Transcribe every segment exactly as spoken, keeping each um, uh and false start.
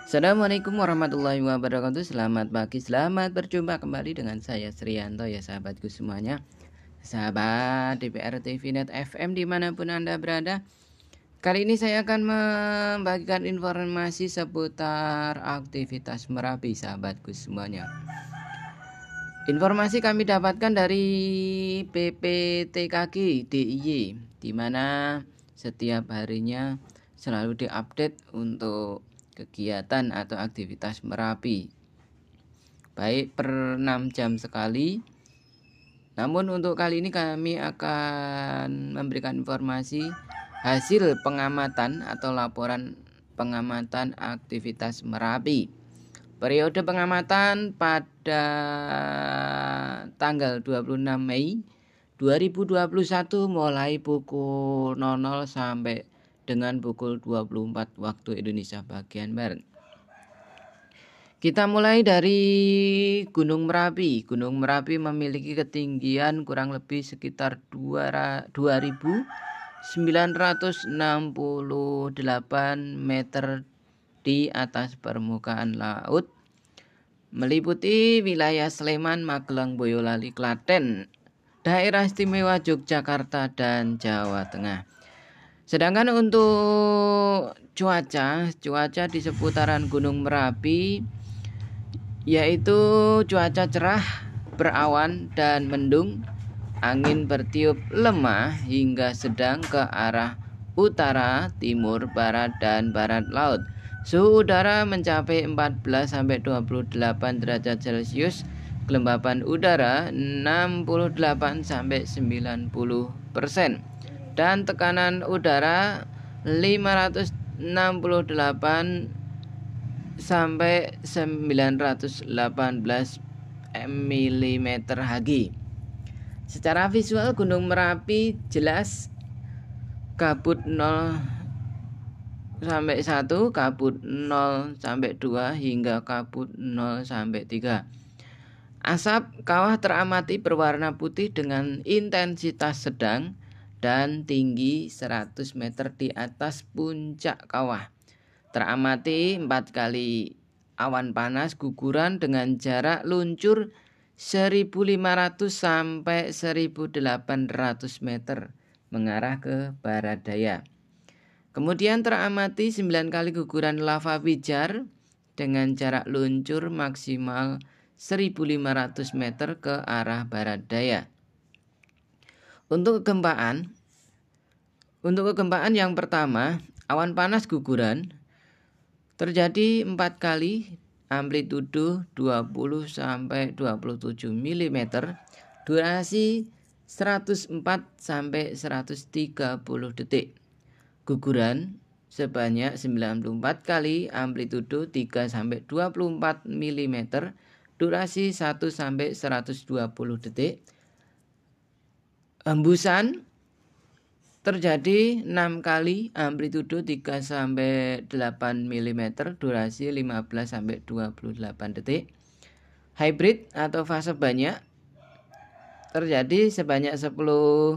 Assalamualaikum warahmatullahi wabarakatuh. Selamat pagi, selamat berjumpa kembali dengan saya Srianto ya sahabatku semuanya. Sahabat D P R T V Net F M dimanapun Anda berada. Kali ini saya akan membagikan informasi seputar aktivitas Merapi sahabatku semuanya. Informasi kami dapatkan dari P P T K G D I Y, di mana setiap harinya selalu diupdate untuk kegiatan atau aktivitas Merapi, baik per enam jam sekali. Namun untuk kali ini kami akan memberikan informasi hasil pengamatan atau laporan pengamatan aktivitas Merapi. Periode pengamatan pada tanggal dua puluh enam Mei dua ribu dua puluh satu mulai pukul nol nol sampai dengan pukul dua puluh empat waktu Indonesia bagian Barat. Kita mulai dari Gunung Merapi. Gunung Merapi memiliki ketinggian kurang lebih sekitar dua ribu sembilan ratus enam puluh delapan meter di atas permukaan laut, meliputi wilayah Sleman, Magelang, Boyolali, Klaten, Daerah Istimewa Yogyakarta, dan Jawa Tengah. Sedangkan untuk cuaca, cuaca di seputaran Gunung Merapi yaitu cuaca cerah, berawan dan mendung, angin bertiup lemah hingga sedang ke arah utara, timur, barat, dan barat laut. Suhu udara mencapai empat belas sampai dua puluh delapan derajat Celcius, kelembapan udara enam puluh delapan sampai sembilan puluh persen. Dan tekanan udara lima ratus enam puluh delapan sampai sembilan ratus delapan belas milimeter Hg. Secara visual Gunung Merapi jelas, kabut nol sampai satu, kabut nol sampai dua hingga kabut nol sampai tiga. Asap kawah teramati berwarna putih dengan intensitas sedang dan tinggi seratus meter di atas puncak kawah. Teramati empat kali awan panas guguran dengan jarak luncur seribu lima ratus sampai seribu delapan ratus meter mengarah ke barat daya. Kemudian teramati sembilan kali guguran lava pijar dengan jarak luncur maksimal seribu lima ratus meter ke arah barat daya. Untuk kegempaan, untuk kegempaan yang pertama, awan panas guguran terjadi empat kali, amplitudo dua puluh sampai dua puluh tujuh milimeter, durasi seratus empat sampai seratus tiga puluh detik. Guguran sebanyak sembilan puluh empat kali, amplitudo tiga sampai dua puluh empat milimeter, durasi satu sampai seratus dua puluh detik. Hembusan terjadi enam kali, amplitudo tiga sampai delapan milimeter, durasi lima belas sampai dua puluh delapan detik. Hybrid atau fase banyak terjadi sebanyak sepuluh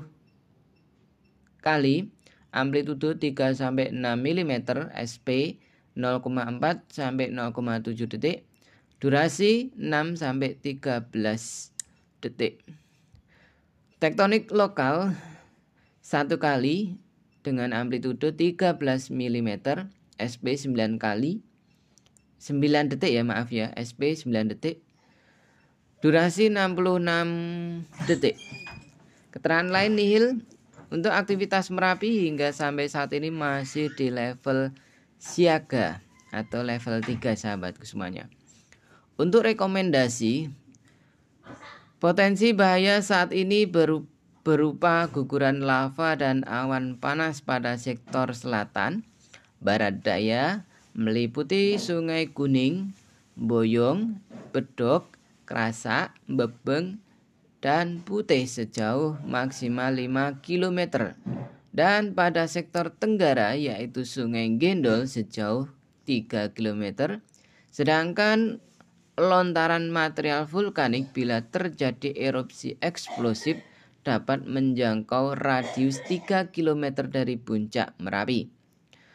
kali, amplitudo tiga sampai enam milimeter, S P nol koma empat sampai nol koma tujuh detik, durasi enam sampai tiga belas detik. Tektonik lokal satu kali dengan amplitudo tiga belas milimeter, S P sembilan kali, sembilan detik ya maaf ya, S P sembilan detik, durasi enam puluh enam detik. Keterangan lain nihil. Untuk aktivitas Merapi hingga sampai saat ini masih di level siaga atau level tiga sahabatku semuanya. Untuk rekomendasi, potensi bahaya saat ini berupa berupa guguran lava dan awan panas pada sektor selatan, barat daya, meliputi Sungai Kuning, Boyong, Bedok, Krasak, Bebeng, dan Putih sejauh maksimal lima kilometer. Dan pada sektor tenggara yaitu Sungai Gendol sejauh tiga kilometer. Sedangkan lontaran material vulkanik bila terjadi erupsi eksplosif dapat menjangkau radius tiga kilometer dari puncak Merapi.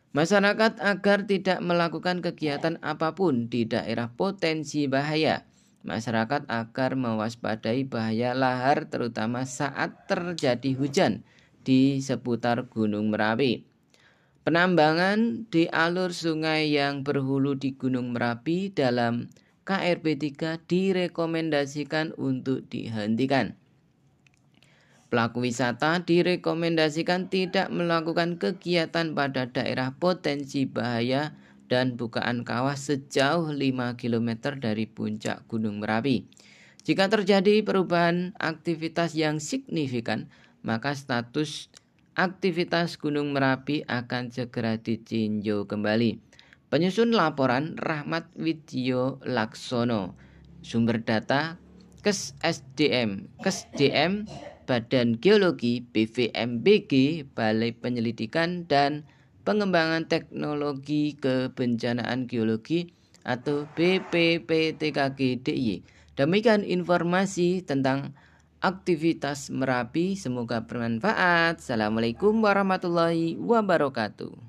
Masyarakat agar tidak melakukan kegiatan apapun di daerah potensi bahaya. Masyarakat agar mewaspadai bahaya lahar terutama saat terjadi hujan di seputar Gunung Merapi. Penambangan di alur sungai yang berhulu di Gunung Merapi dalam K R P tiga direkomendasikan untuk dihentikan. Pelaku wisata direkomendasikan tidak melakukan kegiatan pada daerah potensi bahaya dan bukaan kawah sejauh lima kilometer dari puncak Gunung Merapi. Jika terjadi perubahan aktivitas yang signifikan, maka status aktivitas Gunung Merapi akan segera ditinjau kembali. Penyusun laporan Rahmat Widyo Laksono. Sumber data Kes S D M. Kes D M Badan Geologi B V M B G, Balai Penyelidikan dan Pengembangan Teknologi Kebencanaan Geologi atau B P P T K G D I Y. Demikian informasi tentang aktivitas Merapi, semoga bermanfaat. Assalamualaikum warahmatullahi wabarakatuh.